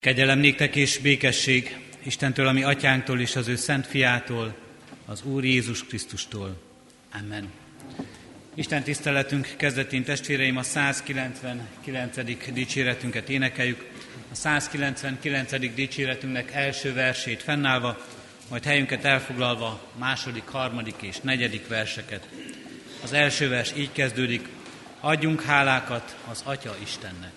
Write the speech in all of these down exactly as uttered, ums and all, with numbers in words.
Kegyelem néktek és békesség Istentől, ami atyánktól és az ő szent fiától, az Úr Jézus Krisztustól. Amen. Isten tiszteletünk kezdetén, testvéreim, a százkilencvenkilencedik dicséretünket énekeljük. A százkilencvenkilencedik dicséretünknek első versét fennállva, majd helyünket elfoglalva második, harmadik és negyedik verseket. Az első vers így kezdődik: adjunk hálákat az Atya Istennek.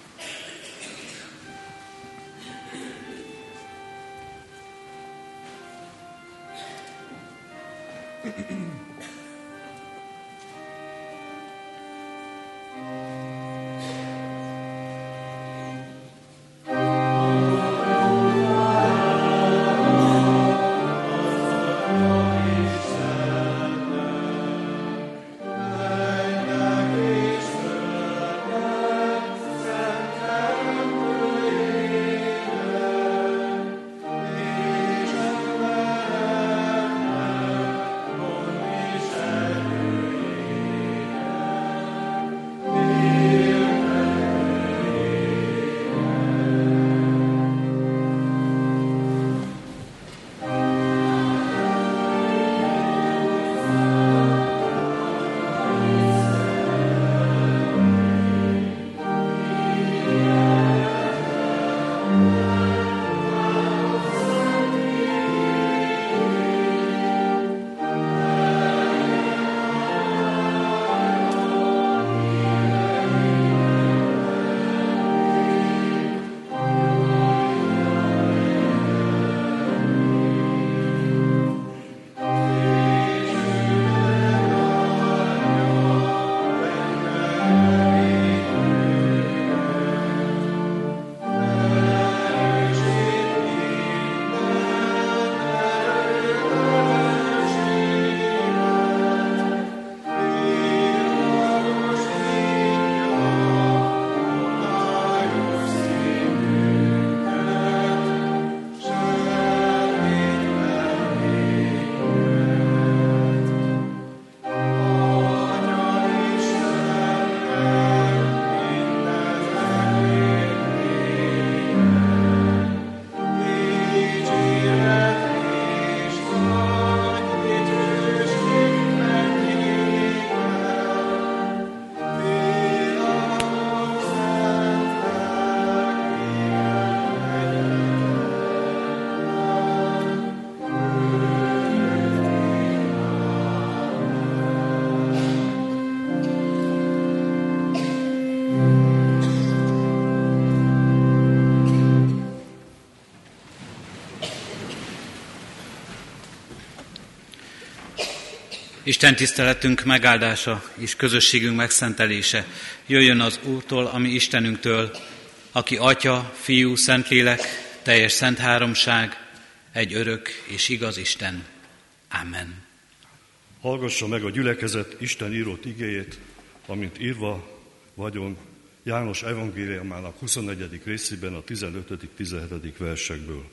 Isten tiszteletünk megáldása és közösségünk megszentelése jöjjön az Úrtól, ami Istenünktől, aki Atya, Fiú, Szentlélek, teljes szent háromság, egy örök és igaz Isten. Amen. Hallgassa meg a gyülekezet Isten írott igéjét, amint írva vagyunk János evangéliumának huszonnegyedik részében a tizenötödik-tizenhetedik versekből.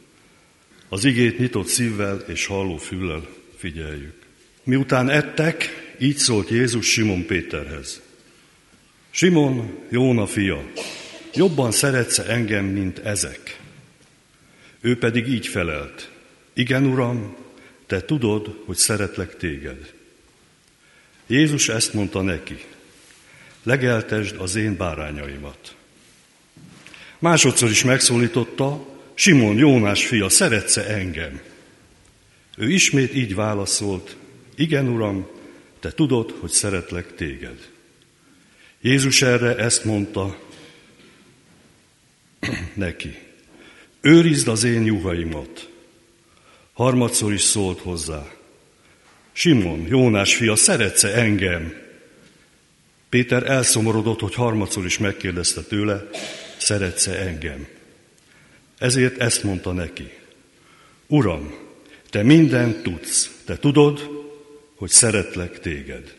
Az igét nyitott szívvel és halló füllel figyeljük. Miután ettek, így szólt Jézus Simon Péterhez: Simon, Jóna fia, jobban szeretsz engem, mint ezek? Ő pedig így felelt: igen, Uram, te tudod, hogy szeretlek téged. Jézus ezt mondta neki: legeltesd az én bárányaimat. Másodszor is megszólította: Simon, Jónás fia, szeretsz-e engem? Ő ismét így válaszolt: igen, Uram, te tudod, hogy szeretlek téged. Jézus erre ezt mondta neki: őrizd az én juhaimat. Harmadszor is szólt hozzá: Simon, Jónás fia, szeretsz-e engem? Péter elszomorodott, hogy harmadszor is megkérdezte tőle: szeretsz-e engem? Ezért ezt mondta neki: Uram, te mindent tudsz, te tudod, hogy szeretlek téged.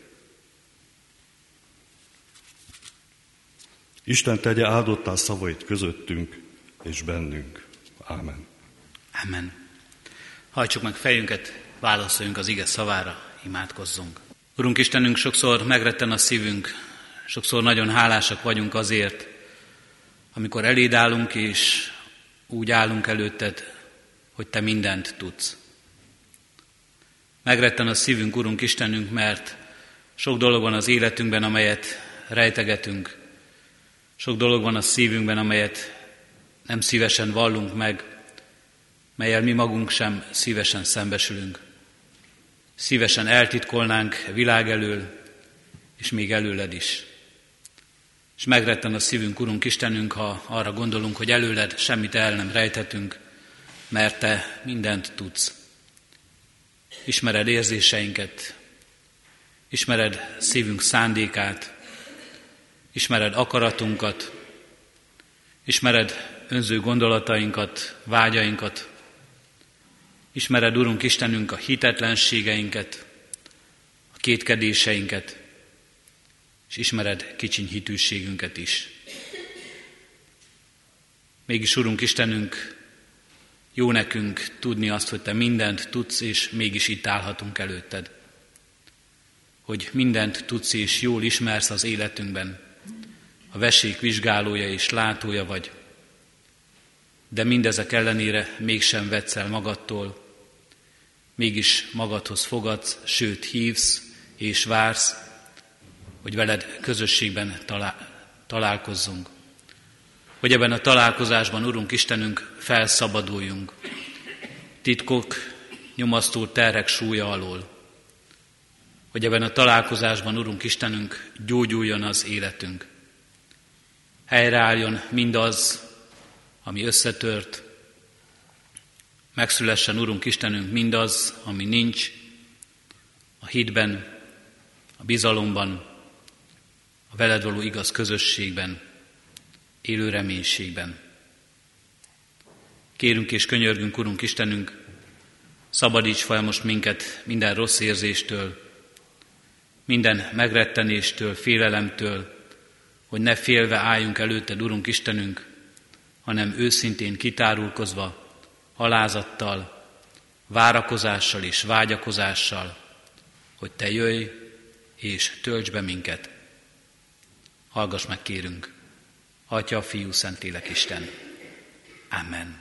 Isten tegye áldottá szavait közöttünk és bennünk. Ámen. Amen. Hajtsuk meg fejünket, válaszoljunk az ige szavára, imádkozzunk. Urunk Istenünk, sokszor megretten a szívünk, sokszor nagyon hálásak vagyunk azért, amikor eléd állunk, és úgy állunk előtted, hogy te mindent tudsz. Megretten a szívünk, Urunk Istenünk, mert sok dolog van az életünkben, amelyet rejtegetünk. Sok dolog van a szívünkben, amelyet nem szívesen vallunk meg, mellyel mi magunk sem szívesen szembesülünk. Szívesen eltitkolnánk világ elől, és még előled is. És megretten a szívünk, Urunk Istenünk, ha arra gondolunk, hogy előled semmit el nem rejthetünk, mert te mindent tudsz. Ismered érzéseinket, ismered szívünk szándékát, ismered akaratunkat, ismered önző gondolatainkat, vágyainkat, ismered, Urunk Istenünk, a hitetlenségeinket, a kétkedéseinket, és ismered kicsiny hitűségünket is. Mégis, Urunk Istenünk, jó nekünk tudni azt, hogy te mindent tudsz, és mégis itt állhatunk előtted. Hogy mindent tudsz, és jól ismersz az életünkben. A vesék vizsgálója és látója vagy. De mindezek ellenére mégsem vetsz el magadtól, mégis magadhoz fogadsz, sőt hívsz és vársz, hogy veled közösségben talál, találkozzunk. Hogy ebben a találkozásban, Urunk Istenünk, felszabaduljunk titkok, nyomasztó terhek súlya alól. Hogy ebben a találkozásban, Urunk Istenünk, gyógyuljon az életünk. Helyreálljon mindaz, ami összetört, megszülessen, Urunk Istenünk, mindaz, ami nincs, a hitben, a bizalomban, a veled való igaz közösségben, élő reménységben. Kérünk és könyörgünk, Urunk Istenünk, szabadíts fel most minket minden rossz érzéstől, minden megrettenéstől, félelemtől, hogy ne félve álljunk előtted, Urunk Istenünk, hanem őszintén kitárulkozva, alázattal, várakozással és vágyakozással, hogy te jöjj és tölts be minket. Hallgass meg, kérünk, Atya, Fiú, Szentlélek, Isten. Amen.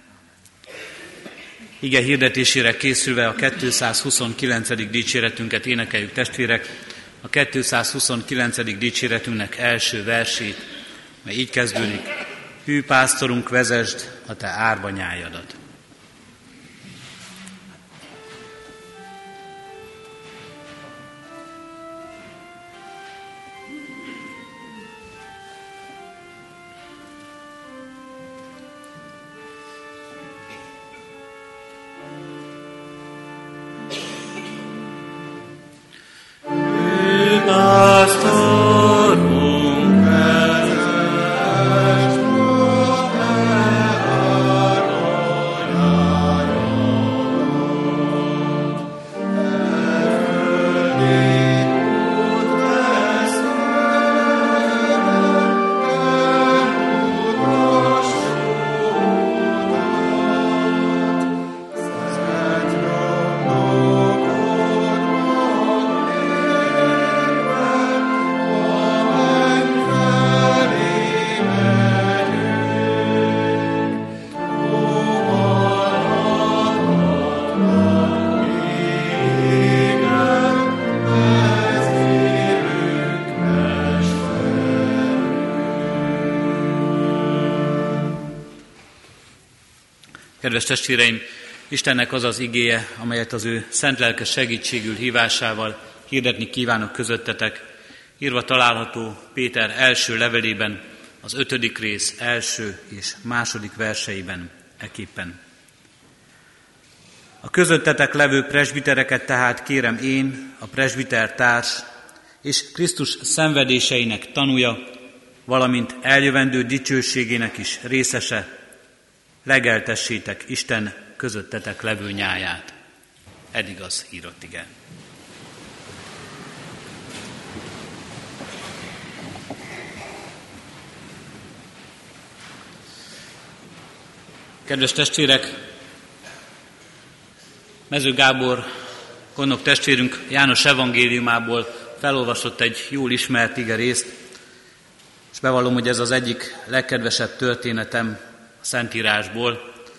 Ige hirdetésére készülve a kétszázhuszonkilencedik dicséretünket énekeljük, testvérek, a kétszázhuszonkilencedik dicséretünknek első versét, mely így kezdődik: Hű pásztorunk, vezesd a te árva nyájadat. Kedves testvéreim, Istennek az az igéje, amelyet az ő szent lelke segítségül hívásával hirdetni kívánok közöttetek, írva található Péter első levelében, az ötödik rész első és második verseiben eképpen. A közöttetek levő presbitereket tehát kérem én, a presbiter társ, és Krisztus szenvedéseinek tanúja, valamint eljövendő dicsőségének is részese, legeltessétek Isten közöttetek levő nyáját. Eddig az írott ige. Kedves testvérek, Mező Gábor gondnok testvérünk János evangéliumából felolvasott egy jól ismert igerészt, és bevallom, hogy ez az egyik legkedvesebb történetem a Szentírásból.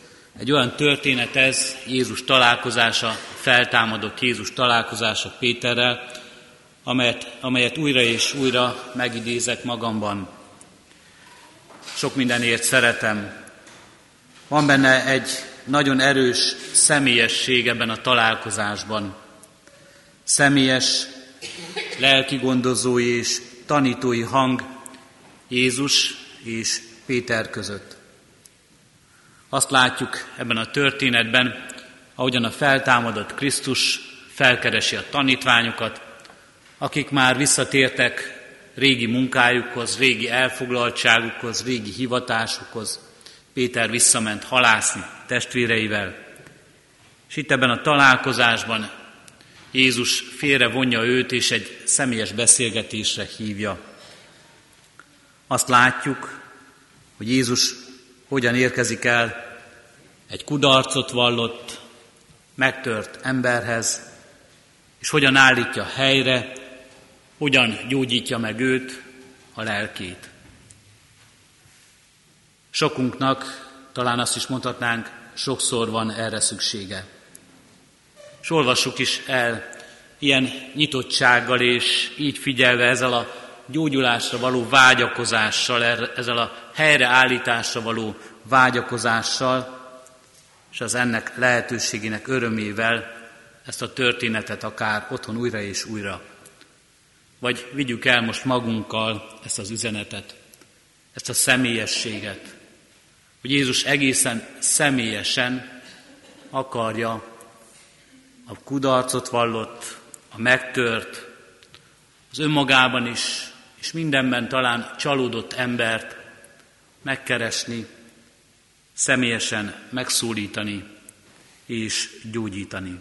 Egy olyan történet ez, Jézus találkozása, feltámadott Jézus találkozása Péterrel, amelyet, amelyet újra és újra megidézek magamban. Sok mindenért szeretem. Van benne egy nagyon erős személyesség ebben a találkozásban. Személyes, lelkigondozói és tanítói hang Jézus és Péter között. Azt látjuk ebben a történetben, ahogyan a feltámadott Krisztus felkeresi a tanítványokat, akik már visszatértek régi munkájukhoz, régi elfoglaltságukhoz, régi hivatásukhoz. Péter visszament halászni testvéreivel. És itt ebben a találkozásban Jézus félrevonja őt, és egy személyes beszélgetésre hívja. Azt látjuk, hogy Jézus hogyan érkezik el egy kudarcot vallott, megtört emberhez, és hogyan állítja helyre, hogyan gyógyítja meg őt, a lelkét. Sokunknak, talán azt is mondhatnánk, sokszor van erre szüksége. És olvassuk is el ilyen nyitottsággal, és így figyelve ezzel a gyógyulásra való vágyakozással, ezzel a helyreállításra való vágyakozással, és az ennek lehetőségének örömével ezt a történetet akár otthon újra és újra. Vagy vigyük el most magunkkal ezt az üzenetet, ezt a személyességet, hogy Jézus egészen személyesen akarja a kudarcot vallott, a megtört, az önmagában is, és mindenben talán csalódott embert megkeresni, személyesen megszólítani és gyógyítani.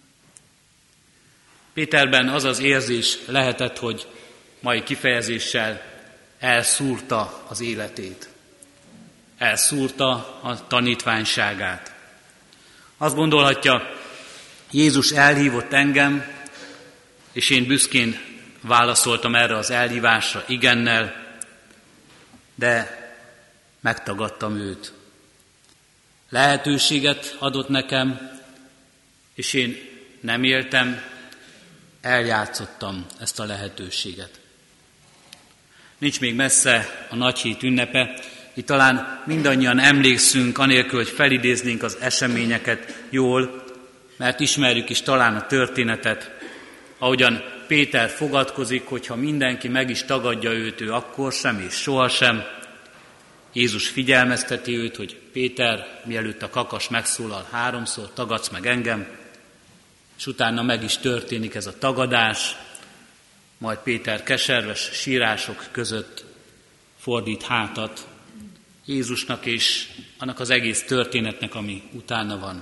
Péterben az az érzés lehetett, hogy mai kifejezéssel elszúrta az életét, elszúrta a tanítványságát. Azt gondolhatja, Jézus elhívott engem, és én büszkén válaszoltam erre az elhívásra igennel, de megtagadtam őt. Lehetőséget adott nekem, és én nem éltem, eljátszottam ezt a lehetőséget. Nincs még messze a Nagyhét ünnepe, itt talán mindannyian emlékszünk, anélkül, hogy felidéznénk az eseményeket jól, mert ismerjük is talán a történetet, ahogyan Péter fogadkozik, hogyha mindenki meg is tagadja őt, ő akkor sem és sohasem. Jézus figyelmezteti őt, hogy Péter, mielőtt a kakas megszólal, háromszor tagadsz meg engem, és utána meg is történik ez a tagadás, majd Péter keserves sírások között fordít hátat Jézusnak és annak az egész történetnek, ami utána van.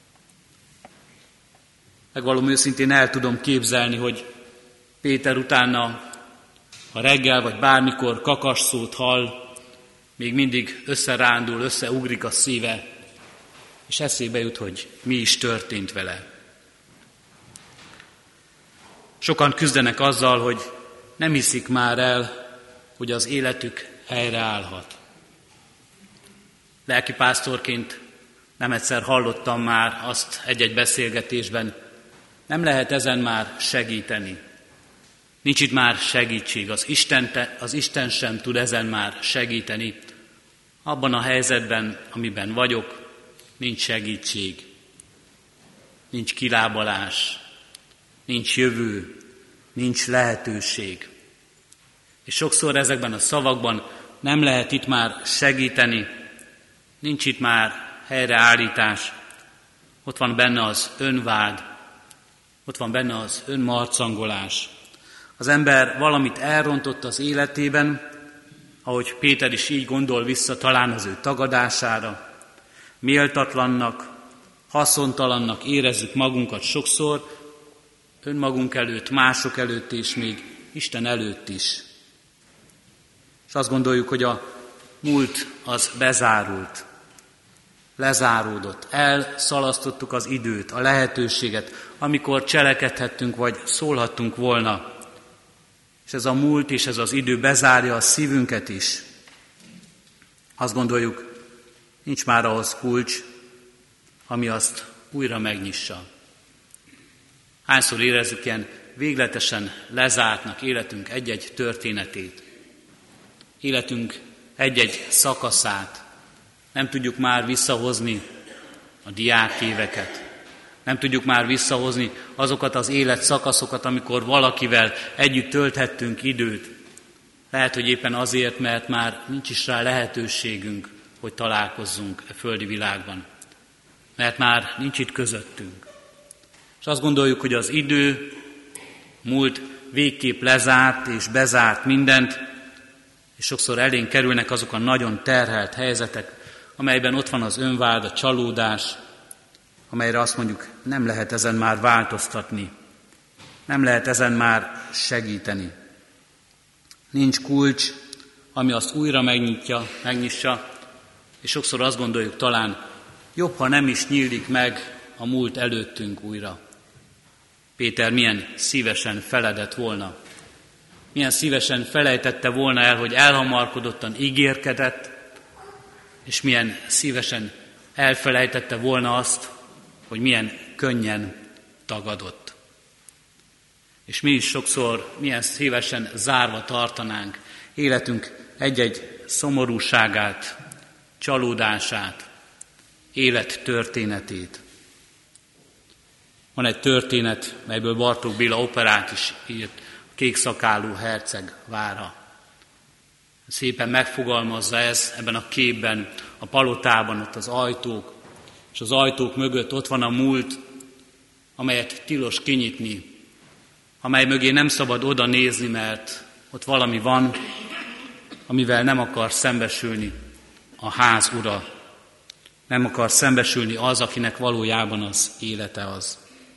Megvallom őszintén, el tudom képzelni, hogy Péter utána, ha reggel vagy bármikor kakas szót hall, még mindig összerándul, összeugrik a szíve, és eszébe jut, hogy mi is történt vele. Sokan küzdenek azzal, hogy nem hiszik már el, hogy az életük helyreállhat. Lelkipásztorként nem egyszer hallottam már azt egy-egy beszélgetésben, nem lehet ezen már segíteni. Nincs itt már segítség, az Isten, te, az Isten sem tud ezen már segíteni. Abban a helyzetben, amiben vagyok, nincs segítség, nincs kilábalás, nincs jövő, nincs lehetőség. És sokszor ezekben a szavakban nem lehet itt már segíteni, nincs itt már helyreállítás, ott van benne az önvád, ott van benne az önmarcangolás. Az ember valamit elrontott az életében, ahogy Péter is így gondol vissza talán az ő tagadására. Méltatlannak, haszontalannak érezzük magunkat sokszor, önmagunk előtt, mások előtt és még Isten előtt is. És azt gondoljuk, hogy a múlt az bezárult, lezáródott, elszalasztottuk az időt, a lehetőséget, amikor cselekedhettünk vagy szólhattunk volna. És ez a múlt és ez az idő bezárja a szívünket is. Azt gondoljuk, nincs már ahhoz kulcs, ami azt újra megnyissa. Hányszor érezzük ilyen végletesen lezártnak életünk egy-egy történetét, életünk egy-egy szakaszát. Nem tudjuk már visszahozni a diákéveket, nem tudjuk már visszahozni azokat az életszakaszokat, amikor valakivel együtt tölthettünk időt. Lehet, hogy éppen azért, mert már nincs is rá lehetőségünk, hogy találkozzunk a földi világban. Mert már nincs itt közöttünk. És azt gondoljuk, hogy az idő, múlt végképp lezárt és bezárt mindent, és sokszor elénk kerülnek azok a nagyon terhelt helyzetek, amelyben ott van az önvád, a csalódás, amelyre azt mondjuk, nem lehet ezen már változtatni, nem lehet ezen már segíteni. Nincs kulcs, ami azt újra megnyitja, megnyissa, és sokszor azt gondoljuk talán, jobb, ha nem is nyílik meg a múlt előttünk újra. Péter milyen szívesen feledett volna, milyen szívesen felejtette volna el, hogy elhamarkodottan ígérkedett, és milyen szívesen elfelejtette volna azt, hogy milyen könnyen tagadott. És mi is sokszor milyen szívesen zárva tartanánk életünk egy-egy szomorúságát, csalódását, élettörténetét. Van egy történet, melyből Bartók Béla operát is írt, a Kékszakálú herceg vára. Szépen megfogalmazza ez ebben a képben, a palotában, ott az ajtók, és az ajtók mögött ott van a múlt, amelyet tilos kinyitni, amely mögé nem szabad oda nézni, mert ott valami van, amivel nem akar szembesülni a ház ura. Nem akar szembesülni az, akinek valójában az élete az.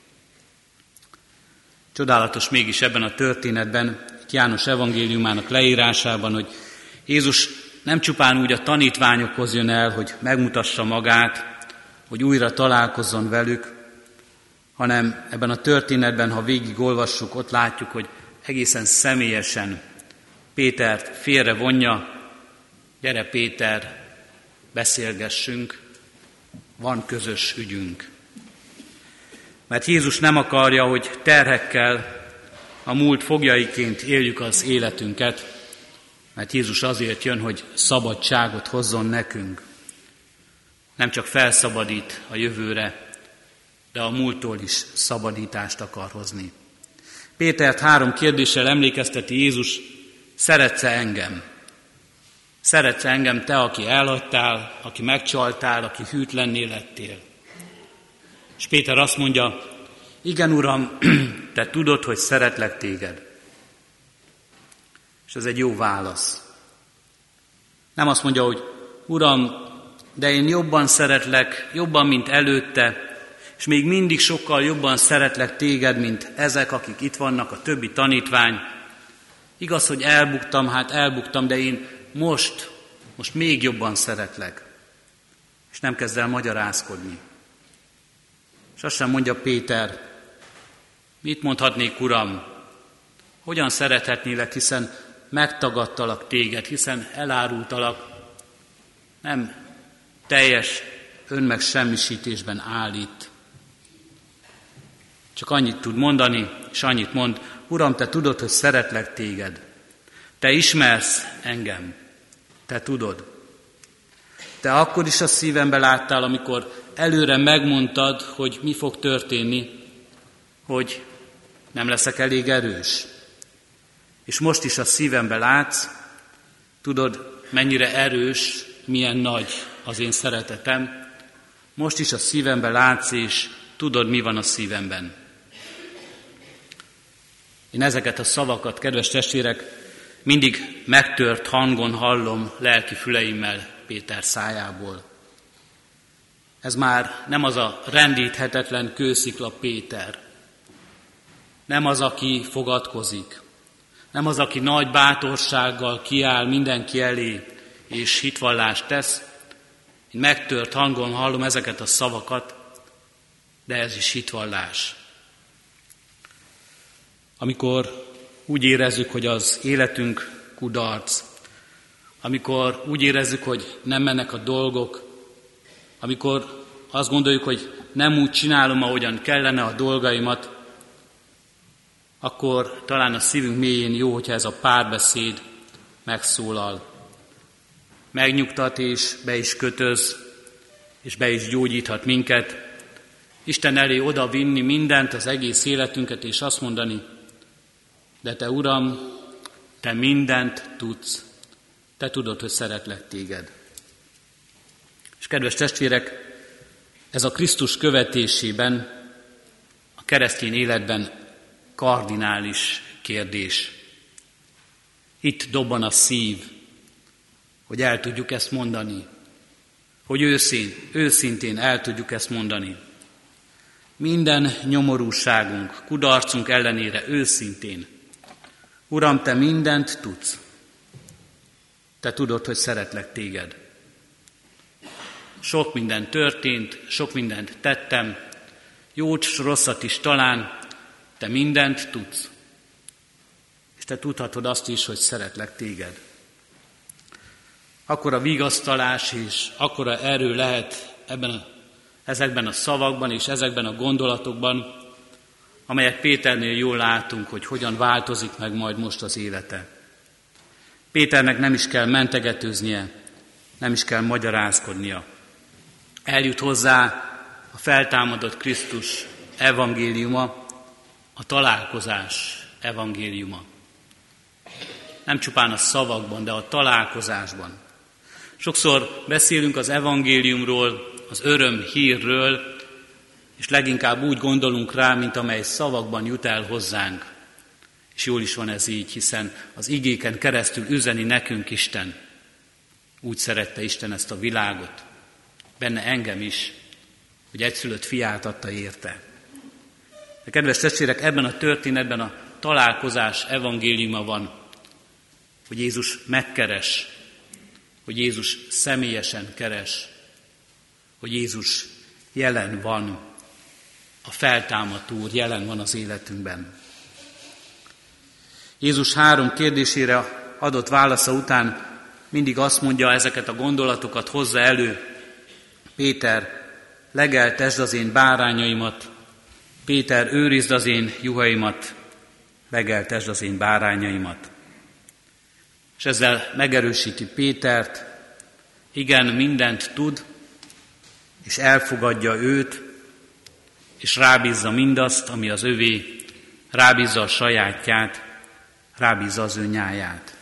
Csodálatos mégis ebben a történetben, János evangéliumának leírásában, hogy Jézus nem csupán úgy a tanítványokhoz jön el, hogy megmutassa magát, hogy újra találkozzon velük, hanem ebben a történetben, ha végig olvassuk, ott látjuk, hogy egészen személyesen Pétert félre vonja, gyere Péter, beszélgessünk, van közös ügyünk. Mert Jézus nem akarja, hogy terhekkel, a múlt fogjaiként éljük az életünket, mert Jézus azért jön, hogy szabadságot hozzon nekünk. Nem csak felszabadít a jövőre, de a múlttól is szabadítást akar hozni. Pétert három kérdéssel emlékezteti Jézus, szeretsz-e engem? Szeretsz engem, te, aki elhagytál, aki megcsaltál, aki hűtlenné lettél? És Péter azt mondja, igen, Uram, te tudod, hogy szeretlek téged. És ez egy jó válasz. Nem azt mondja, hogy Uram, de én jobban szeretlek, jobban, mint előtte, és még mindig sokkal jobban szeretlek téged, mint ezek, akik itt vannak, a többi tanítvány. Igaz, hogy elbuktam, hát elbuktam, de én most, most még jobban szeretlek. És nem kezd el magyarázkodni. És azt sem mondja Péter, mit mondhatnék, Uram, hogyan szerethetnélek, hiszen megtagadtalak téged, hiszen elárultalak. Nem teljes önmegsemmisítésben állít. Csak annyit tud mondani, és annyit mond, Uram, te tudod, hogy szeretlek téged. Te ismersz engem. Te tudod. Te akkor is a szívembe láttál, amikor előre megmondtad, hogy mi fog történni, hogy nem leszek elég erős. És most is a szívembe látsz, tudod, mennyire erős, milyen nagy az én szeretetem. Most is a szívembe látsz, és tudod, mi van a szívemben. Én ezeket a szavakat, kedves testvérek, mindig megtört hangon hallom lelki füleimmel Péter szájából. Ez már nem az a rendíthetetlen kőszikla Péter. Nem az, aki fogadkozik. Nem az, aki nagy bátorsággal kiáll mindenki elé, és hitvallást tesz. Én megtört hangon hallom ezeket a szavakat, de ez is hitvallás. Amikor úgy érezzük, hogy az életünk kudarc, amikor úgy érezzük, hogy nem mennek a dolgok, amikor azt gondoljuk, hogy nem úgy csinálom, ahogyan kellene a dolgaimat, akkor talán a szívünk mélyén jó, hogyha ez a párbeszéd megszólal. Megnyugtat és be is kötöz, és be is gyógyíthat minket. Isten elé oda vinni mindent, az egész életünket, és azt mondani, de te Uram, te mindent tudsz, te tudod, hogy szeretlek téged. És kedves testvérek, ez a Krisztus követésében, a keresztény életben kardinális kérdés. Itt dobban a szív, hogy el tudjuk ezt mondani, hogy őszín, őszintén el tudjuk ezt mondani. Minden nyomorúságunk, kudarcunk ellenére őszintén. Uram, te mindent tudsz. Te tudod, hogy szeretlek téged. Sok minden történt, sok mindent tettem, jót s rosszat is talán, te mindent tudsz. És te tudhatod azt is, hogy szeretlek téged. Akkora vigasztalás és akkora erő lehet ebben a, ezekben a szavakban és ezekben a gondolatokban, amelyet Péternél jól látunk, hogy hogyan változik meg majd most az élete. Péternek nem is kell mentegetőznie, nem is kell magyarázkodnia. Eljut hozzá a feltámadott Krisztus evangéliuma, a találkozás evangéliuma. Nem csupán a szavakban, de a találkozásban. Sokszor beszélünk az evangéliumról, az öröm hírről, és leginkább úgy gondolunk rá, mint amely szavakban jut el hozzánk. És jól is van ez így, hiszen az igéken keresztül üzeni nekünk Isten. Úgy szerette Isten ezt a világot, benne engem is, hogy egyszülött fiát adta érte. De kedves testvérek, ebben a történetben a találkozás evangéliuma van, hogy Jézus megkeres, hogy Jézus személyesen keres, hogy Jézus jelen van, a feltámadt Úr jelen van az életünkben. Jézus három kérdésére adott válasza után mindig azt mondja, ezeket a gondolatokat hozza elő. Péter, legeltesd az én bárányaimat, Péter, őrizd az én juhaimat, legeltesd az én bárányaimat. És ezzel megerősíti Pétert, igen, mindent tud, és elfogadja őt, és rábízza mindazt, ami az övé, rábízza a sajátját, rábízza az ő nyáját.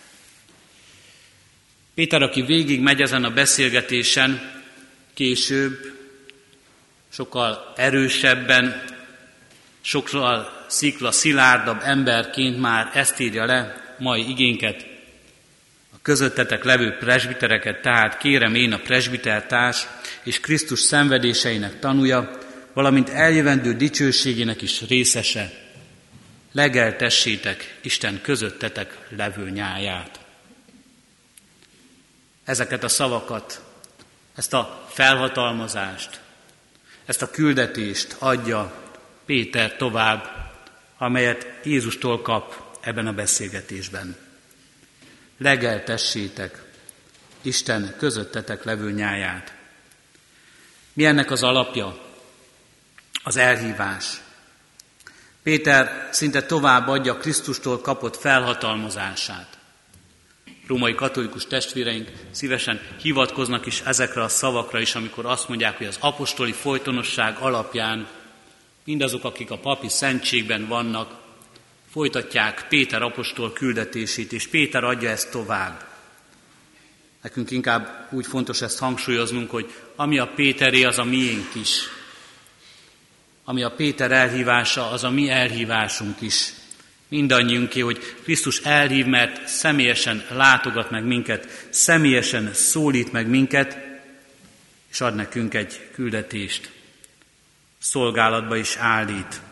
Péter, aki végig megy ezen a beszélgetésen, később sokkal erősebben, sokkal szikla szilárdabb emberként már ezt írja le mai igénket. A közöttetek levő presbitereket, tehát kérem én a presbitertárs és Krisztus szenvedéseinek tanúja, valamint eljövendő dicsőségének is részese. Legeltessétek Isten közöttetek levő nyáját. Ezeket a szavakat, ezt a felhatalmazást, ezt a küldetést adja Péter tovább, amelyet Jézustól kap ebben a beszélgetésben. Legeltessétek Isten közöttetek levő nyáját. Mi ennek az alapja? Az elhívás. Péter szinte tovább adja Krisztustól kapott felhatalmazását. Római katolikus testvéreink szívesen hivatkoznak is ezekre a szavakra is, amikor azt mondják, hogy az apostoli folytonosság alapján mindazok, akik a papi szentségben vannak, folytatják Péter apostol küldetését, és Péter adja ezt tovább. Nekünk inkább úgy fontos ezt hangsúlyoznunk, hogy ami a Péteré, az a miénk is. Ami a Péter elhívása, az a mi elhívásunk is. Mindannyiunké, hogy Krisztus elhív, mert személyesen látogat meg minket, személyesen szólít meg minket, és ad nekünk egy küldetést. Szolgálatba is állít.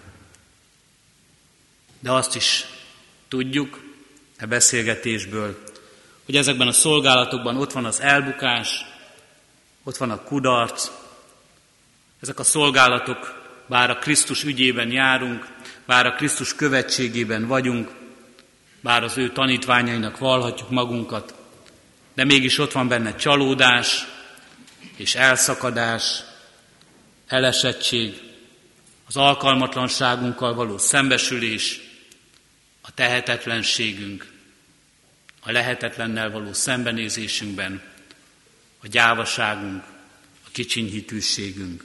De azt is tudjuk e beszélgetésből, hogy ezekben a szolgálatokban ott van az elbukás, ott van a kudarc. Ezek a szolgálatok, bár a Krisztus ügyében járunk, bár a Krisztus követségében vagyunk, bár az ő tanítványainak vallhatjuk magunkat, de mégis ott van benne csalódás és elszakadás, elesettség, az alkalmatlanságunkkal való szembesülés, a tehetetlenségünk, a lehetetlennel való szembenézésünkben, a gyávaságunk, a kicsinyhitűségünk.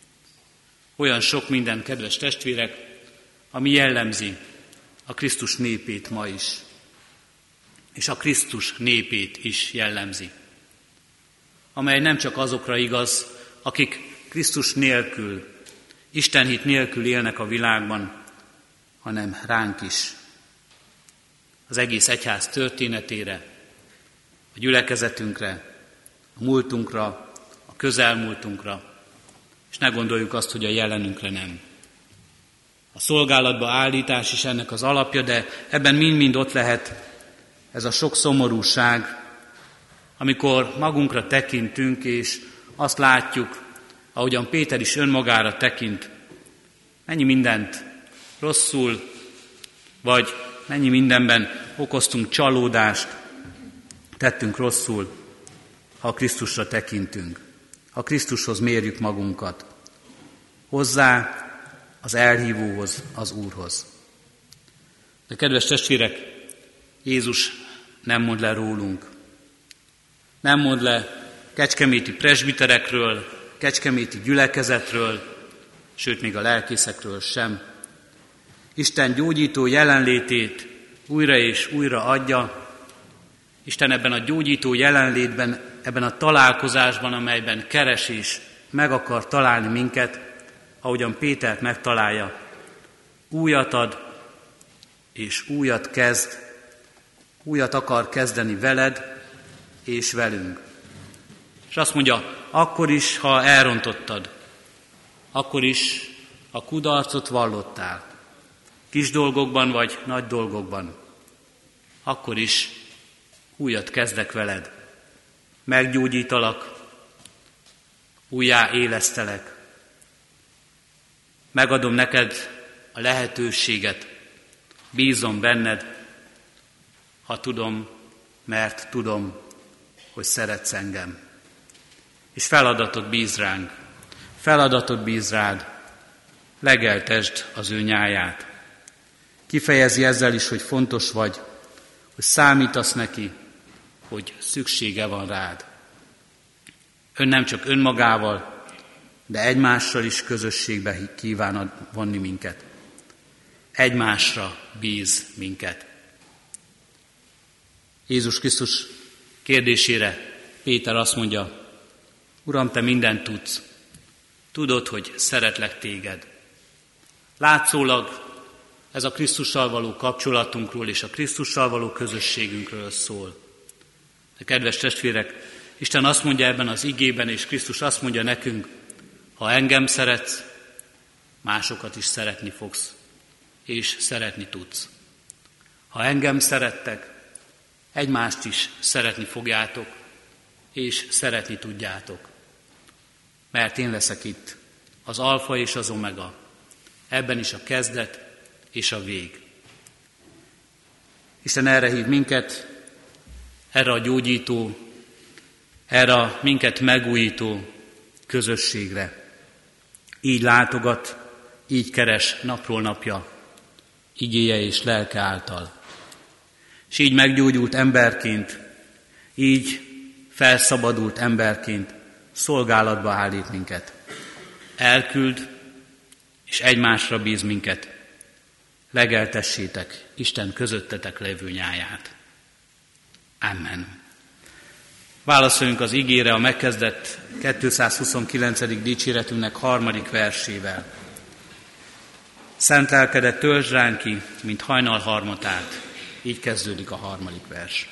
Olyan sok minden, kedves testvérek, ami jellemzi a Krisztus népét ma is, és a Krisztus népét is jellemzi, amely nem csak azokra igaz, akik Krisztus nélkül, Istenhit nélkül élnek a világban, hanem ránk is. Az egész egyház történetére, a gyülekezetünkre, a múltunkra, a közelmúltunkra, és ne gondoljuk azt, hogy a jelenünkre nem. A szolgálatba állítás is ennek az alapja, de ebben mind-mind ott lehet ez a sok szomorúság, amikor magunkra tekintünk, és azt látjuk, ahogyan Péter is önmagára tekint, mennyi mindent rosszul, vagy mennyi mindenben okoztunk csalódást, tettünk rosszul, ha Krisztusra tekintünk, ha Krisztushoz mérjük magunkat, hozzá az elhívóhoz, az Úrhoz. De kedves testvérek, Jézus nem mond le rólunk. Nem mond le kecskeméti presbiterekről, kecskeméti gyülekezetről, sőt még a lelkészekről sem. Isten gyógyító jelenlétét újra és újra adja. Isten ebben a gyógyító jelenlétben, ebben a találkozásban, amelyben keres és meg akar találni minket, ahogyan Pétert megtalálja, újat ad és újat kezd, újat akar kezdeni veled és velünk. És azt mondja, akkor is, ha elrontottad, akkor is, ha kudarcot vallottál, kis dolgokban vagy nagy dolgokban, akkor is újat kezdek veled. Meggyógyítalak, újjá élesztelek. Megadom neked a lehetőséget, bízom benned, ha tudom, mert tudom, hogy szeretsz engem. És feladatot bíz ránk, feladatot bíz rád, legeltesd az ő nyáját. Kifejezi ezzel is, hogy fontos vagy, hogy számítasz neki, hogy szüksége van rád. Ön nem csak önmagával, de egymással is közösségbe kíván vonni minket. Egymásra bíz minket. Jézus Krisztus kérdésére Péter azt mondja, Uram, te mindent tudsz. Tudod, hogy szeretlek téged. Látszólag ez a Krisztussal való kapcsolatunkról és a Krisztussal való közösségünkről szól. De kedves testvérek, Isten azt mondja ebben az igében, és Krisztus azt mondja nekünk, ha engem szeretsz, másokat is szeretni fogsz, és szeretni tudsz. Ha engem szerettek, egymást is szeretni fogjátok, és szeretni tudjátok. Mert én leszek itt, az alfa és az omega, ebben is a kezdet és a vég. Isten erre hív minket, erre a gyógyító, erre a minket megújító közösségre. Így látogat, így keres napról napja, igéje és lelke által. És így meggyógyult emberként, így felszabadult emberként szolgálatba állít minket. Elküld, és egymásra bíz minket. Legeltessétek Isten közöttetek levő nyáját. Amen. Válaszoljunk az igére a megkezdett kétszázhuszonkilencedik dicséretünknek harmadik versével. Szent lelkedet töltsd ránk ki, mint hajnal harmatát. Így kezdődik a harmadik vers.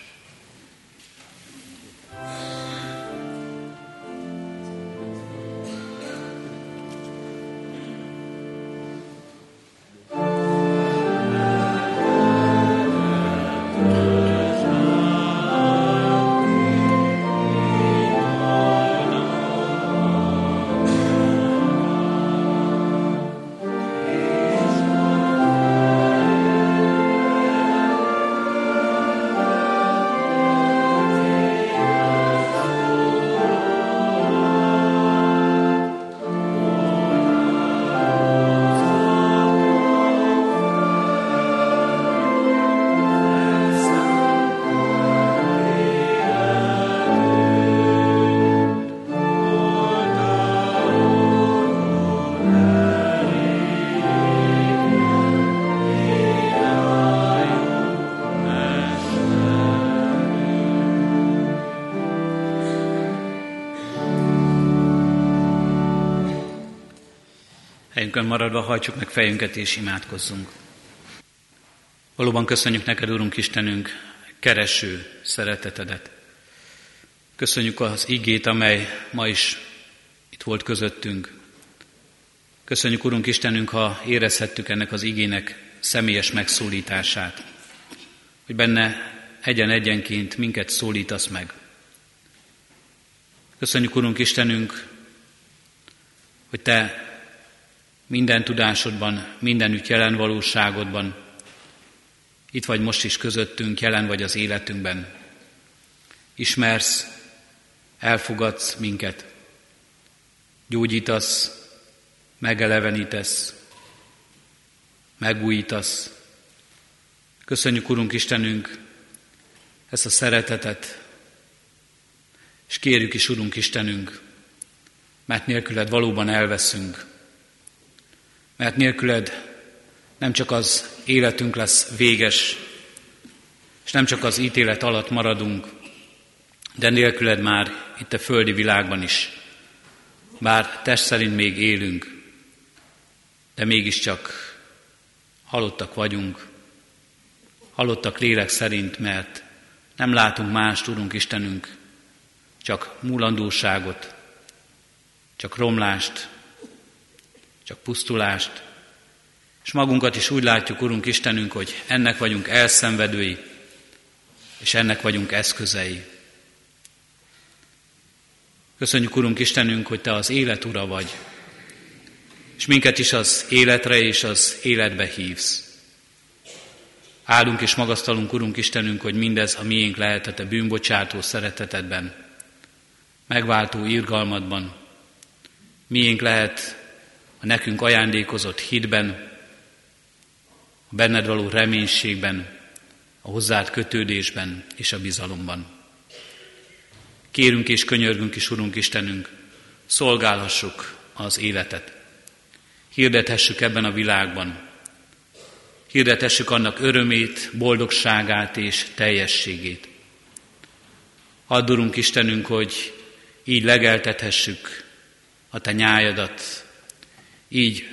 Helyünkön maradva hajtsuk meg fejünket és imádkozzunk. Valóban köszönjük neked, Urunk Istenünk, kereső szeretetedet. Köszönjük az igét, amely ma is itt volt közöttünk. Köszönjük, Urunk Istenünk, ha érezhettük ennek az igének személyes megszólítását, hogy benne egyen-egyenként minket szólítasz meg. Köszönjük, Urunk Istenünk, hogy Te minden tudásodban, mindenütt jelen valóságodban itt vagy most is közöttünk, jelen vagy az életünkben. Ismersz, elfogadsz minket, gyógyítasz, megelevenítesz, megújítasz. Köszönjük, Urunk Istenünk, ezt a szeretetet, és kérjük is, Urunk Istenünk, mert nélküled valóban elveszünk, mert nélküled nem csak az életünk lesz véges, és nem csak az ítélet alatt maradunk, de nélküled már itt a földi világban is. Bár test szerint még élünk, de mégiscsak halottak vagyunk, halottak lélek szerint, mert nem látunk mást, Urunk Istenünk, csak múlandóságot, csak romlást, csak pusztulást, és magunkat is úgy látjuk, Urunk Istenünk, hogy ennek vagyunk elszenvedői, és ennek vagyunk eszközei. Köszönjük, Urunk Istenünk, hogy Te az élet ura vagy, és minket is az életre és az életbe hívsz. Áldunk és magasztalunk, Urunk Istenünk, hogy mindez a miénk lehet a Te bűnbocsátó szeretetedben, megváltó irgalmadban, miénk lehet a nekünk ajándékozott hitben, a benned való reménységben, a hozzád kötődésben és a bizalomban. Kérünk és könyörgünk is, Urunk Istenünk, szolgálhassuk az életet. Hirdethessük ebben a világban. Hirdethessük annak örömét, boldogságát és teljességét. Add, Urunk Istenünk, hogy így legeltethessük a Te nyájadat, így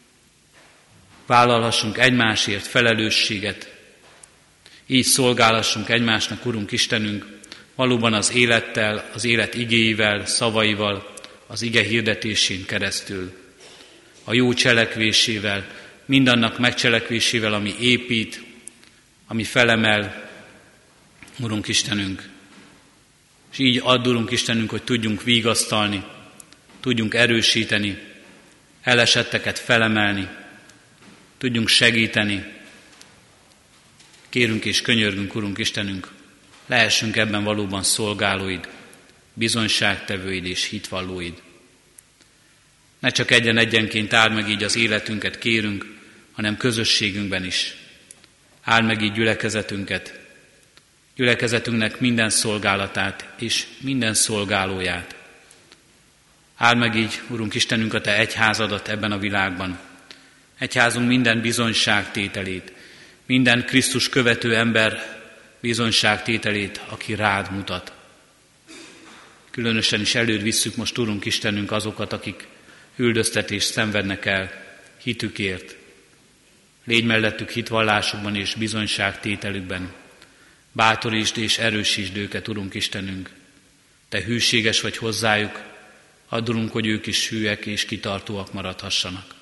vállalhassunk egymásért felelősséget, így szolgálhassunk egymásnak, Urunk Istenünk, valóban az élettel, az élet igéivel, szavaival, az ige hirdetésén keresztül, a jó cselekvésével, mindannak megcselekvésével, ami épít, ami felemel, Urunk Istenünk. És így add, Urunk Istenünk, hogy tudjunk vigasztalni, tudjunk erősíteni, elesetteket felemelni, tudjunk segíteni. Kérünk és könyörgünk, Urunk Istenünk, lehessünk ebben valóban szolgálóid, bizonyságtevőid és hitvallóid. Ne csak egyen-egyenként áld meg így az életünket, kérünk, hanem közösségünkben is. Áld meg így gyülekezetünket, gyülekezetünknek minden szolgálatát és minden szolgálóját. Áld meg így, Urunk Istenünk, a Te egyházadat ebben a világban. Egyházunk minden bizonyságtételét, minden Krisztus követő ember bizonyságtételét, aki rád mutat. Különösen is előd visszük most, Urunk Istenünk, azokat, akik üldöztetést szenvednek el hitükért. Légy mellettük hitvallásukban és bizonyságtételükben. Bátorítsd és erősítsd őket, Urunk Istenünk. Te hűséges vagy hozzájuk, add, Urunk, hogy ők is hűek és kitartóak maradhassanak.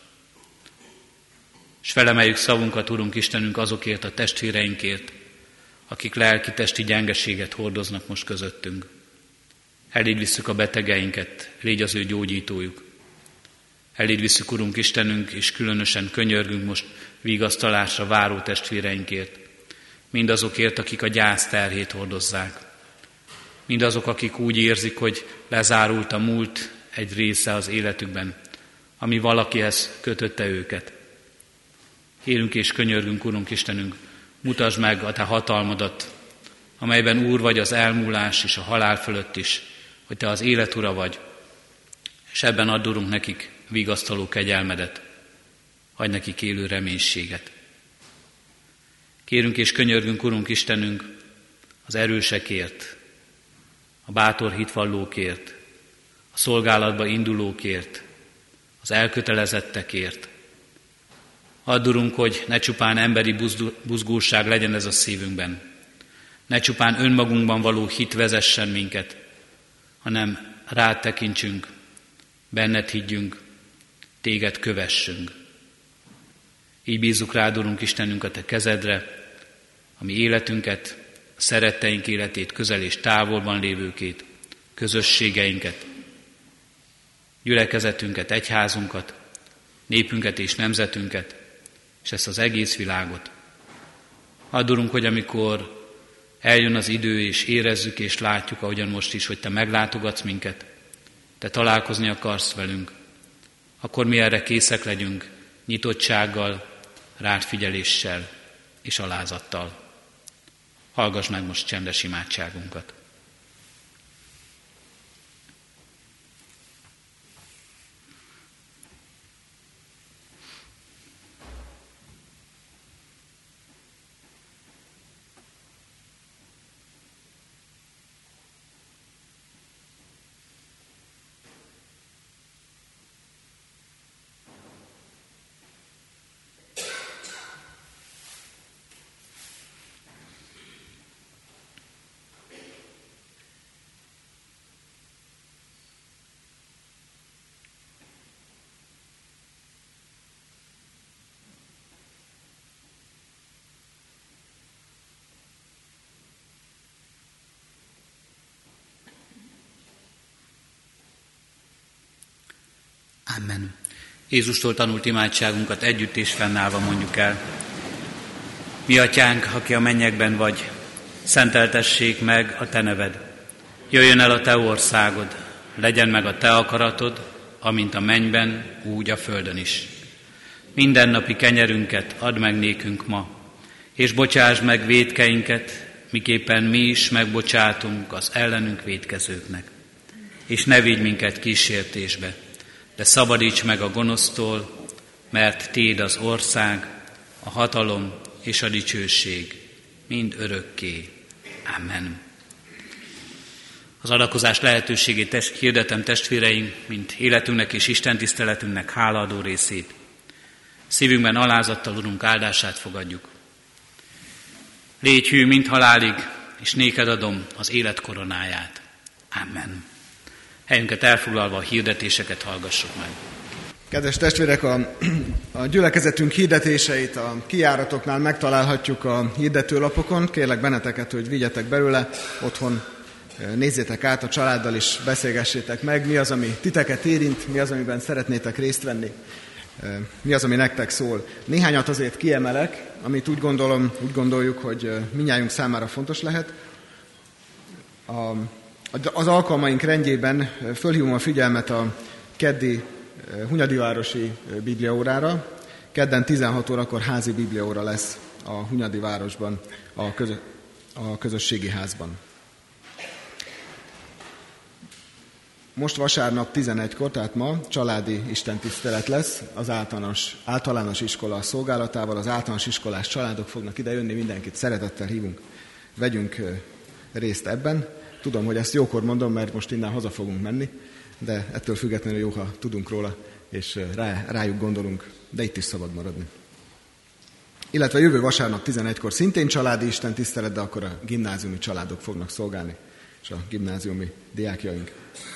És felemeljük szavunkat, Urunk Istenünk, azokért a testvéreinkért, akik lelki-testi gyengeséget hordoznak most közöttünk. Eléd visszük a betegeinket, légy az ő gyógyítójuk. Eléd visszük, Urunk Istenünk, és különösen könyörgünk most vigasztalásra váró testvéreinkért. Mindazokért, akik a gyász terhét hordozzák. Mindazok, akik úgy érzik, hogy lezárult a múlt egy része az életükben, ami valakihez kötötte őket. Kérünk és könyörgünk, Urunk Istenünk, mutasd meg a Te hatalmadat, amelyben Úr vagy az elmúlás és a halál fölött is, hogy Te az élet ura vagy, és ebben add, Urunk, nekik vigasztaló kegyelmedet, adj nekik élő reménységet. Kérünk és könyörgünk, Urunk Istenünk, az erősekért, a bátor hitvallókért, a szolgálatba indulókért, az az elkötelezettekért. Add, Urunk, hogy ne csupán emberi buzgóság legyen ez a szívünkben, ne csupán önmagunkban való hit vezessen minket, hanem rád tekintsünk, benned higgyünk, téged kövessünk. Így bízzuk rád, Urunk Istenünk, a te kezedre, a mi életünket, a szeretteink életét, közel és távolban lévőkét, közösségeinket, gyülekezetünket, egyházunkat, népünket és nemzetünket, és ezt az egész világot. Add, Urunk, hogy amikor eljön az idő, és érezzük és látjuk, ahogyan most is, hogy te meglátogatsz minket, te találkozni akarsz velünk, akkor mi erre készek legyünk, nyitottsággal, rád figyeléssel és alázattal. Hallgass meg most csendes imádságunkat. Amen. Jézustól tanult imádságunkat együtt és fennállva mondjuk el. Mi atyánk, aki a mennyekben vagy, szenteltessék meg a te neved. Jöjjön el a te országod, legyen meg a te akaratod, amint a mennyben, úgy a földön is. Mindennapi kenyerünket add meg nékünk ma, és bocsásd meg vétkeinket, miképpen mi is megbocsátunk az ellenünk vétkezőknek. És ne vigy minket kísértésbe, de szabadíts meg a gonosztól, mert tiéd az ország, a hatalom és a dicsőség, mind örökké. Amen. Az adakozás lehetőségét tes- hirdetem testvéreim, mint életünknek és istentiszteletünknek hálaadó részét. Szívünkben alázattal, Urunk, áldását fogadjuk. Légy hű, mint halálig, és néked adom az élet koronáját. Amen. Helyünket elfoglalva a hirdetéseket hallgassuk meg. Kedves testvérek, a, a gyülekezetünk hirdetéseit a kijáratoknál megtalálhatjuk a hirdetőlapokon. Kérlek benneteket, hogy vigyetek belőle, otthon nézzétek át, a családdal is beszélgessétek meg, mi az, ami titeket érint, mi az, amiben szeretnétek részt venni, mi az, ami nektek szól. Néhányat azért kiemelek, amit úgy gondolom, úgy gondoljuk, hogy mindnyájunk számára fontos lehet. A, az alkalmaink rendjében fölhívom a figyelmet a keddi Hunyadivárosi bibliaórára. Kedden tizenhat órakor házi bibliaóra lesz a Hunyadivárosban, a, közö, a közösségi házban. Most vasárnap tizenegykor, tehát ma családi istentisztelet lesz az általános, általános iskola szolgálatával. Az általános iskolás családok fognak ide jönni, mindenkit szeretettel hívunk, vegyünk részt ebben. Tudom, hogy ezt jókor mondom, mert most innen haza fogunk menni, de ettől függetlenül jó, ha tudunk róla, és rá, rájuk gondolunk, de itt is szabad maradni. Illetve jövő vasárnap tizenegykor szintén családi istentisztelet, de akkor a gimnáziumi családok fognak szolgálni, és a gimnáziumi diákjaink.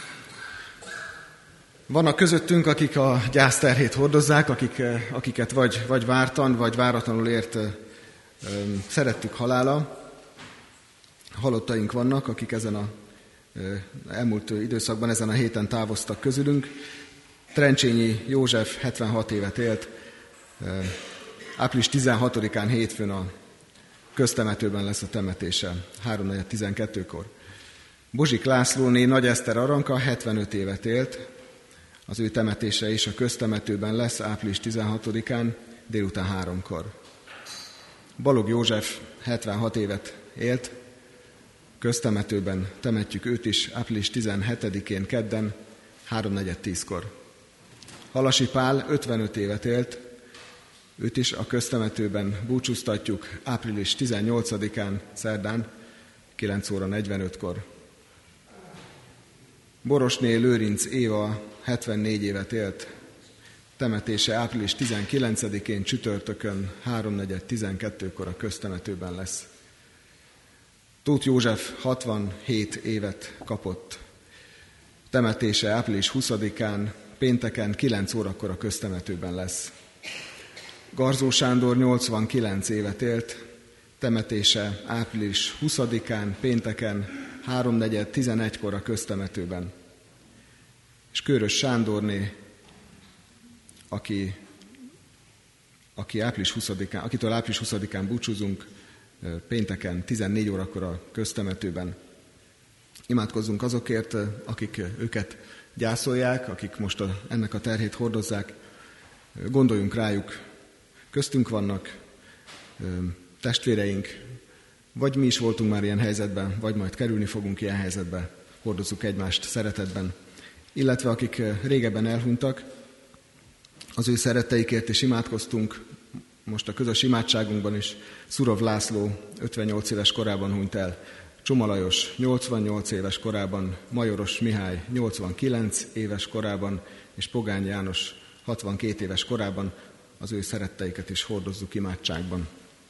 Vannak közöttünk, akik a gyászterhét hordozzák, akik, akiket vagy, vagy vártan, vagy váratlanul ért szerettük halála. Halottaink vannak, akik ezen a elmúlt időszakban, ezen a héten távoztak közülünk. Trencsényi József hetvenhat évet élt, április tizenhatodikán hétfőn a köztemetőben lesz a temetése, háromnegyed tizenkettőkor. Bozsik Lászlóné Nagy Eszter Aranka hetvenöt évet élt, az ő temetése is a köztemetőben lesz április tizenhatodikán délután háromkor. Balog József hetvenhat évet élt, köztemetőben temetjük őt is április tizenhetedikén kedden háromnegyed tízkor. Halasi Pál ötvenöt évet élt, őt is a köztemetőben búcsúztatjuk április tizennyolcadikán szerdán kilenc óra negyvenötkor. Borosné Lőrinc Éva hetvennégy évet élt, temetése április tizenkilencedikén csütörtökön háromnegyed tizenkettőkor a köztemetőben lesz. Tóth József hatvanhét évet kapott. Temetése április huszadikán, pénteken kilenc órakor a köztemetőben lesz. Garzó Sándor nyolcvankilenc évet élt, temetése április huszadikán, pénteken háromnegyed tizenegykor a köztemetőben. És Kőrös Sándorné, aki, aki április huszadikán, akitől április huszadikán búcsúzunk, pénteken tizennégy órakor a köztemetőben. Imádkozzunk azokért, akik őket gyászolják, akik most a, ennek a terhét hordozzák. Gondoljunk rájuk, köztünk vannak testvéreink, vagy mi is voltunk már ilyen helyzetben, vagy majd kerülni fogunk ilyen helyzetbe, hordozzuk egymást szeretetben. Illetve akik régebben elhunytak, az ő szeretteikért is imádkoztunk, most a közös imádságunkban is. Szurov László ötvennyolc éves korában hunyt el, Csoma Lajos nyolcvannyolc éves korában, Majoros Mihály nyolcvankilenc éves korában, és Pogány János hatvankét éves korában. Az ő szeretteiket is hordozzuk imádságban.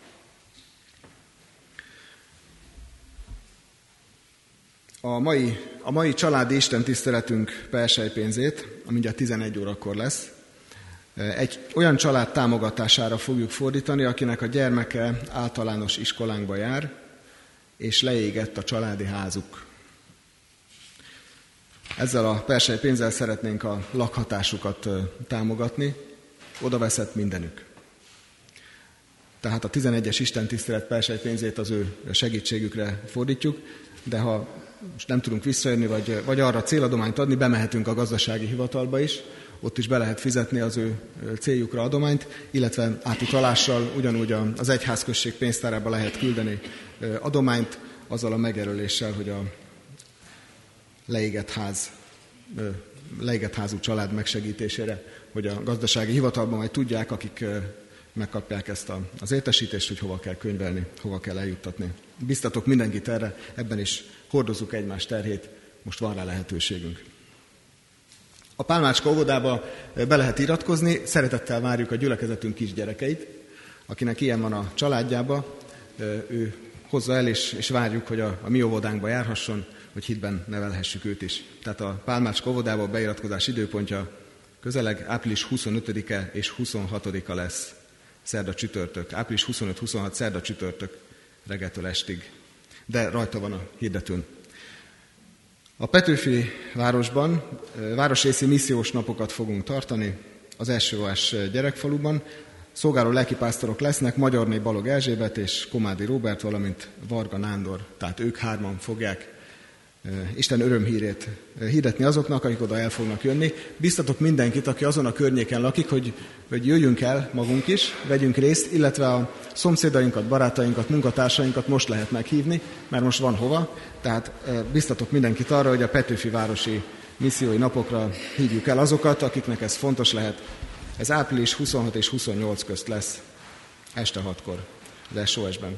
A mai, a mai családi istentiszteletünk perselypénzét, ami ugye tizenegy órakor lesz, egy olyan család támogatására fogjuk fordítani, akinek a gyermeke általános iskolánkba jár, és leégett a családi házuk. Ezzel a perselypénzzel szeretnénk a lakhatásukat támogatni, oda veszett mindenük. Tehát a tizenegyes istentisztelet perselypénzét az ő segítségükre fordítjuk, de ha most nem tudunk visszajönni, vagy, vagy arra céladományt adni, bemehetünk a gazdasági hivatalba is, ott is be lehet fizetni az ő céljukra adományt, illetve átutalással ugyanúgy az egyházközség pénztárába lehet küldeni adományt, azzal a megjelöléssel, hogy a leégett ház, leégett házú család megsegítésére, hogy a gazdasági hivatalban majd tudják, akik megkapják ezt a, az értesítést, hogy hova kell könyvelni, hova kell eljuttatni. Biztatok mindenkit erre, ebben is hordozzuk egymás terhét, most van rá lehetőségünk. A Pálmácska óvodába be lehet iratkozni, szeretettel várjuk a gyülekezetünk kisgyerekeit, akinek ilyen van a családjába, ő hozza el, és, és várjuk, hogy a, a mi óvodánkba járhasson, hogy hitben nevelhessük őt is. Tehát a Pálmácska óvodába beiratkozás időpontja közeleg április huszonötödike és huszonhatodika lesz, szerda csütörtök. április huszonöt huszonhat szerda csütörtök reggeltől estig. De rajta van a hirdetőn. A Petőfi városban városrészi missziós napokat fogunk tartani az elsővás gyerekfaluban. Szolgáló lelkipásztorok lesznek, Magyarné Balog Erzsébet és Komádi Róbert, valamint Varga Nándor. Tehát ők hárman fogják Isten örömhírét hirdetni azoknak, akik oda el fognak jönni. Biztatok mindenkit, aki azon a környéken lakik, hogy, hogy jöjjünk el magunk is, vegyünk részt, illetve a szomszédainkat, barátainkat, munkatársainkat most lehet meghívni, mert most van hova. Tehát biztatok mindenkit arra, hogy a Petőfi városi missziói napokra hívjuk el azokat, akiknek ez fontos lehet. Ez április huszonhat és huszonnyolc közt lesz, este hatkor, az es o es-ben.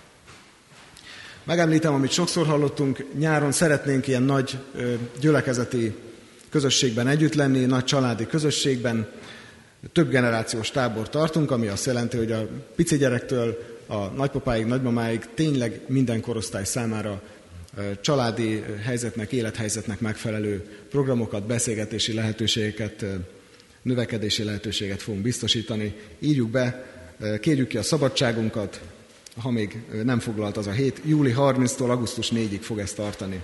Megemlítem, amit sokszor hallottunk, nyáron szeretnénk ilyen nagy ö, gyülekezeti közösségben együtt lenni, nagy családi közösségben. Több generációs tábor tartunk, ami azt jelenti, hogy a pici gyerektől a nagypapáig, nagymamáig tényleg minden korosztály számára ö, családi helyzetnek, élethelyzetnek megfelelő programokat, beszélgetési lehetőségeket, ö, növekedési lehetőséget fogunk biztosítani. Írjuk be, ö, kérjük ki a szabadságunkat, ha még nem foglalt az a hét, júli harmincadiktól augusztus négyedikéig fog ezt tartani.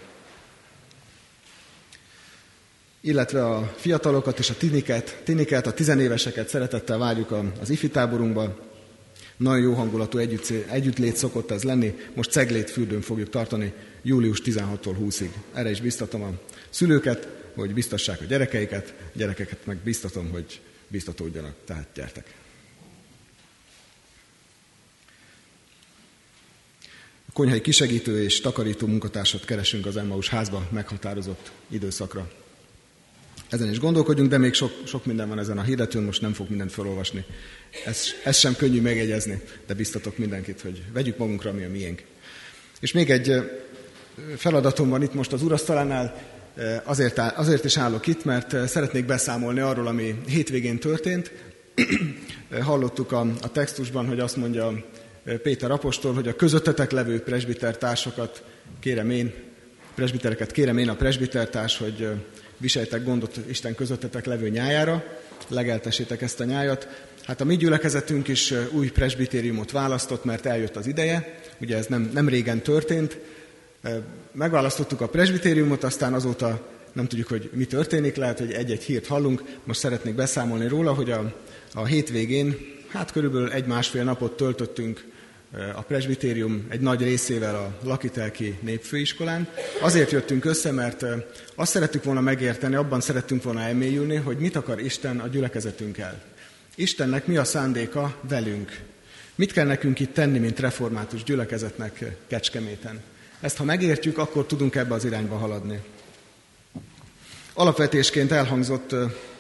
Illetve a fiatalokat és a tiniket, tiniket a tizenéveseket szeretettel várjuk az ifi táborunkba. Nagyon jó hangulatú együtt, együttlét szokott ez lenni, most Ceglétfürdőn fogjuk tartani július tizenhatodikától húszadikáig. Erre is biztatom a szülőket, hogy biztassák a gyerekeiket, a gyerekeket meg biztatom, hogy biztatódjanak, tehát gyertek. Konyhai kisegítő és takarító munkatársat keresünk az Emmaus házba meghatározott időszakra. Ezen is gondolkodjunk, de még sok, sok minden van ezen a hirdetőn, most nem fog mindent felolvasni. Ez, ez sem könnyű megjegyezni, de biztatok mindenkit, hogy vegyük magunkra, mi a miénk. És még egy feladatom van itt most az urasztalánál. azért, áll, azért is állok itt, mert szeretnék beszámolni arról, ami hétvégén történt. Hallottuk a, a textusban, hogy azt mondja Péter apostol, hogy a közöttetek levő presbitertársakat kérem én, presbitereket kérem én a presbitertárs, hogy viseljetek gondot Isten közöttetek levő nyájára, legeltessétek ezt a nyájat. Hát a mi gyülekezetünk is új presbitériumot választott, mert eljött az ideje, ugye ez nem, nem régen történt. Megválasztottuk a presbitériumot, aztán azóta nem tudjuk, hogy mi történik, lehet, hogy egy-egy hírt hallunk. Most szeretnék beszámolni róla, hogy a, a hétvégén, hát körülbelül egy-másfél napot töltöttünk a presbitérium egy nagy részével a Lakitelki Népfőiskolán. Azért jöttünk össze, mert azt szerettük volna megérteni, abban szerettünk volna elmélyülni, hogy mit akar Isten a gyülekezetünkkel. Istennek mi a szándéka velünk? Mit kell nekünk itt tenni, mint református gyülekezetnek Kecskeméten? Ezt ha megértjük, akkor tudunk ebbe az irányba haladni. Alapvetésként elhangzott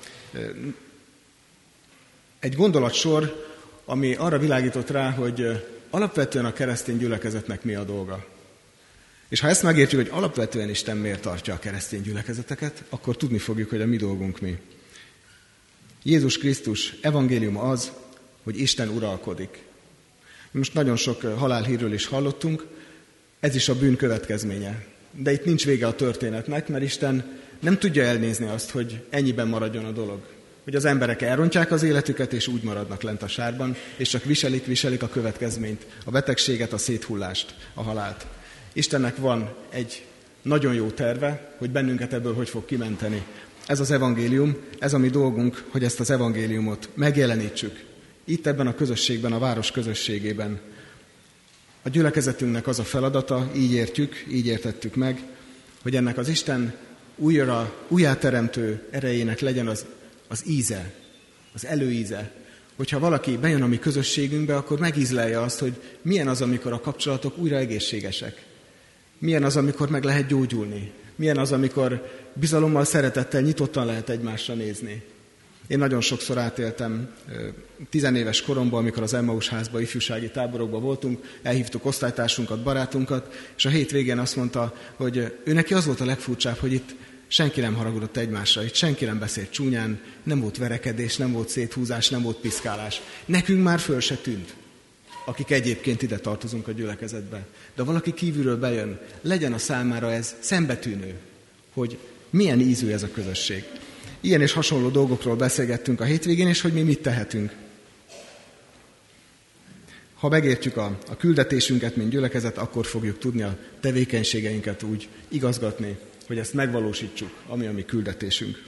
egy gondolatsor, ami arra világított rá, hogy alapvetően a keresztény gyülekezetnek mi a dolga. És ha ezt megértjük, hogy alapvetően Isten miért tartja a keresztény gyülekezeteket, akkor tudni fogjuk, hogy a mi dolgunk mi. Jézus Krisztus evangéliuma az, hogy Isten uralkodik. Most nagyon sok halálhírről is hallottunk, ez is a bűn következménye. De itt nincs vége a történetnek, mert Isten nem tudja elnézni azt, hogy ennyiben maradjon a dolog. Hogy az emberek elrontják az életüket, és úgy maradnak lent a sárban, és csak viselik, viselik a következményt, a betegséget, a széthullást, a halált. Istennek van egy nagyon jó terve, hogy bennünket ebből hogy fog kimenteni. Ez az evangélium, ez a mi dolgunk, hogy ezt az evangéliumot megjelenítsük. Itt ebben a közösségben, a város közösségében. A gyülekezetünknek az a feladata, így értjük, így értettük meg, hogy ennek az Isten újra, újjáteremtő erejének legyen az, az íze, az előíze. Hogyha valaki bejön a mi közösségünkbe, akkor megízlelje azt, hogy milyen az, amikor a kapcsolatok újra egészségesek. Milyen az, amikor meg lehet gyógyulni. Milyen az, amikor bizalommal, szeretettel, nyitottan lehet egymásra nézni. Én nagyon sokszor átéltem, tizenéves koromban, amikor az Emmaus házba, ifjúsági táborokban voltunk, elhívtuk osztálytársunkat, barátunkat, és a hétvégén azt mondta, hogy ő neki az volt a legfurcsább, hogy itt senki nem haragudott egymásra, itt senki nem beszélt csúnyán, nem volt verekedés, nem volt széthúzás, nem volt piszkálás. Nekünk már föl se tűnt, akik egyébként ide tartozunk a gyülekezetbe. De valaki kívülről bejön, legyen a számára ez szembetűnő, hogy milyen ízű ez a közösség. Ilyen és hasonló dolgokról beszélgettünk a hétvégén, és hogy mi mit tehetünk. Ha megértjük a, a küldetésünket, mint gyülekezet, akkor fogjuk tudni a tevékenységeinket úgy igazgatni, hogy ezt megvalósítsuk, ami a mi küldetésünk.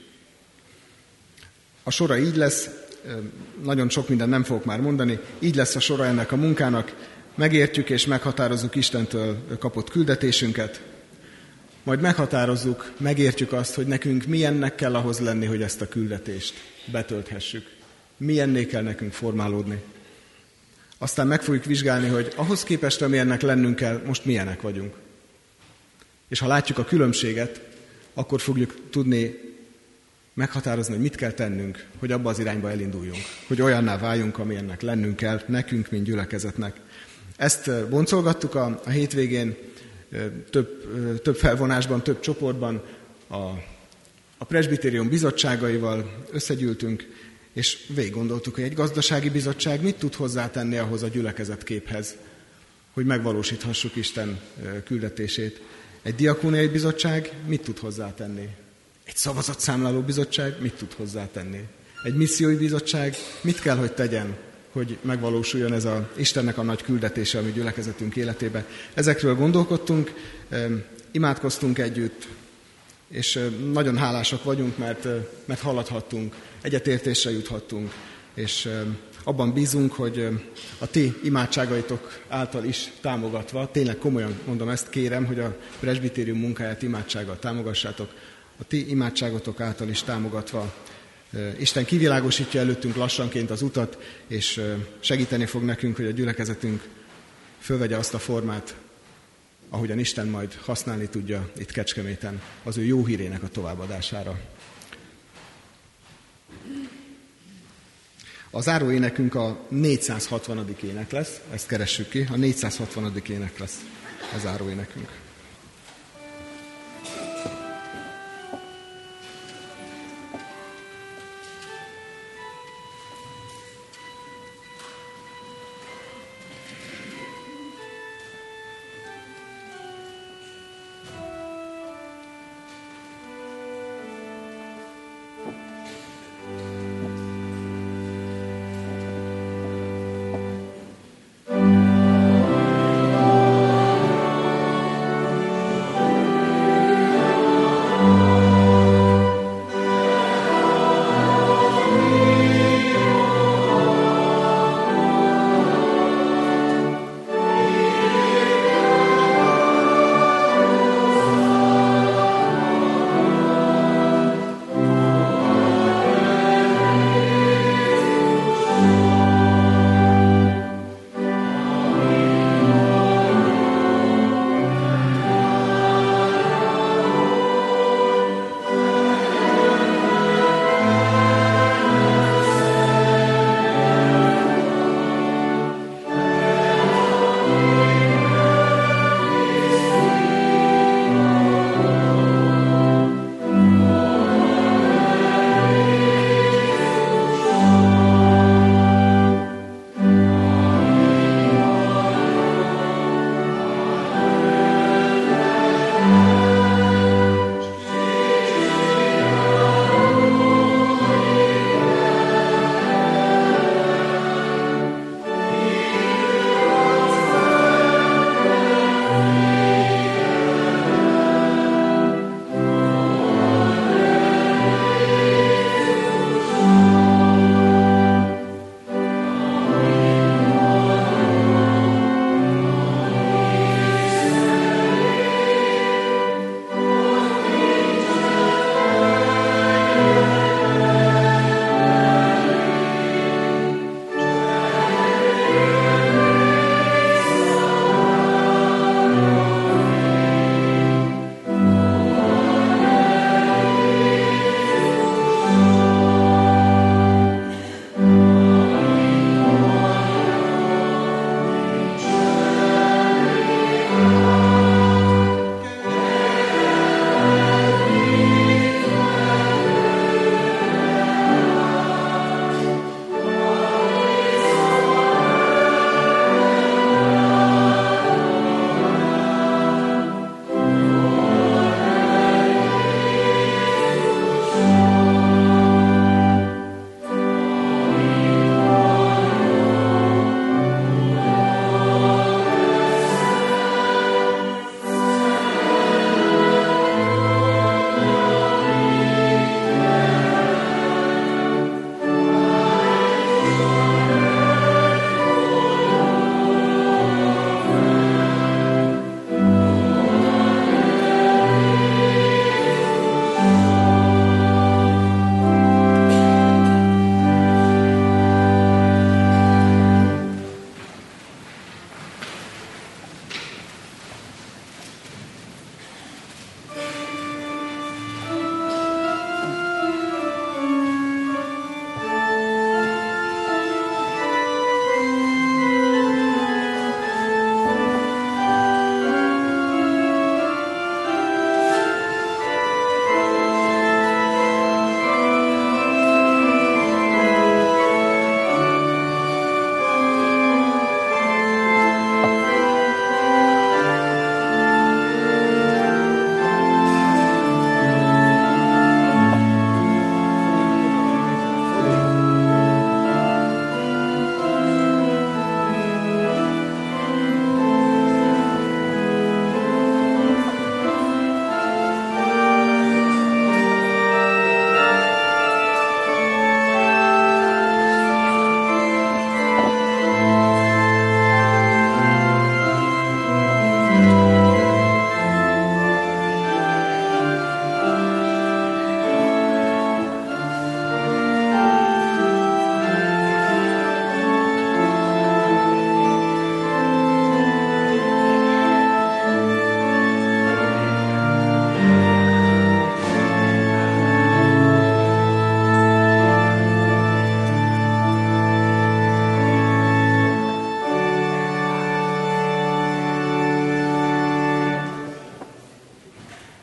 A sora így lesz, nagyon sok mindent nem fogok már mondani, így lesz a sora ennek a munkának, megértjük és meghatározzuk Istentől kapott küldetésünket, majd meghatározzuk, megértjük azt, hogy nekünk milyennek kell ahhoz lenni, hogy ezt a küldetést betölthessük. Milyenné kell nekünk formálódni. Aztán meg fogjuk vizsgálni, hogy ahhoz képest, amilyennek lennünk kell, most milyenek vagyunk. És ha látjuk a különbséget, akkor fogjuk tudni meghatározni, hogy mit kell tennünk, hogy abba az irányba elinduljunk. Hogy olyanná váljunk, amilyennek lennünk kell, nekünk, mint gyülekezetnek. Ezt boncolgattuk a, a hétvégén, több, több felvonásban, több csoportban, a, a presbitérium bizottságaival összegyűltünk, és végig gondoltuk, hogy egy gazdasági bizottság mit tud hozzátenni ahhoz a gyülekezetképhez, hogy megvalósíthassuk Isten küldetését. Egy diakóniai bizottság mit tud hozzátenni? Egy szavazatszámláló bizottság mit tud hozzátenni? Egy missziói bizottság mit kell, hogy tegyen, hogy megvalósuljon ez a Istennek a nagy küldetése a mi gyülekezetünk életébe. Ezekről gondolkodtunk, imádkoztunk együtt, és nagyon hálásak vagyunk, mert, mert haladhattunk, egyetértésre juthattunk, és abban bízunk, hogy a ti imádságaitok által is támogatva, tényleg komolyan mondom ezt, kérem, hogy a presbitérium munkáját imádsággal támogassátok, a ti imádságotok által is támogatva Isten kivilágosítja előttünk lassanként az utat, és segíteni fog nekünk, hogy a gyülekezetünk fölvegye azt a formát, ahogyan Isten majd használni tudja itt Kecskeméten az ő jó hírének a továbbadására. A záró énekünk a négyszázhatvanadik ének lesz, ezt keressük ki, a négyszázhatvanadik ének lesz a záró énekünk.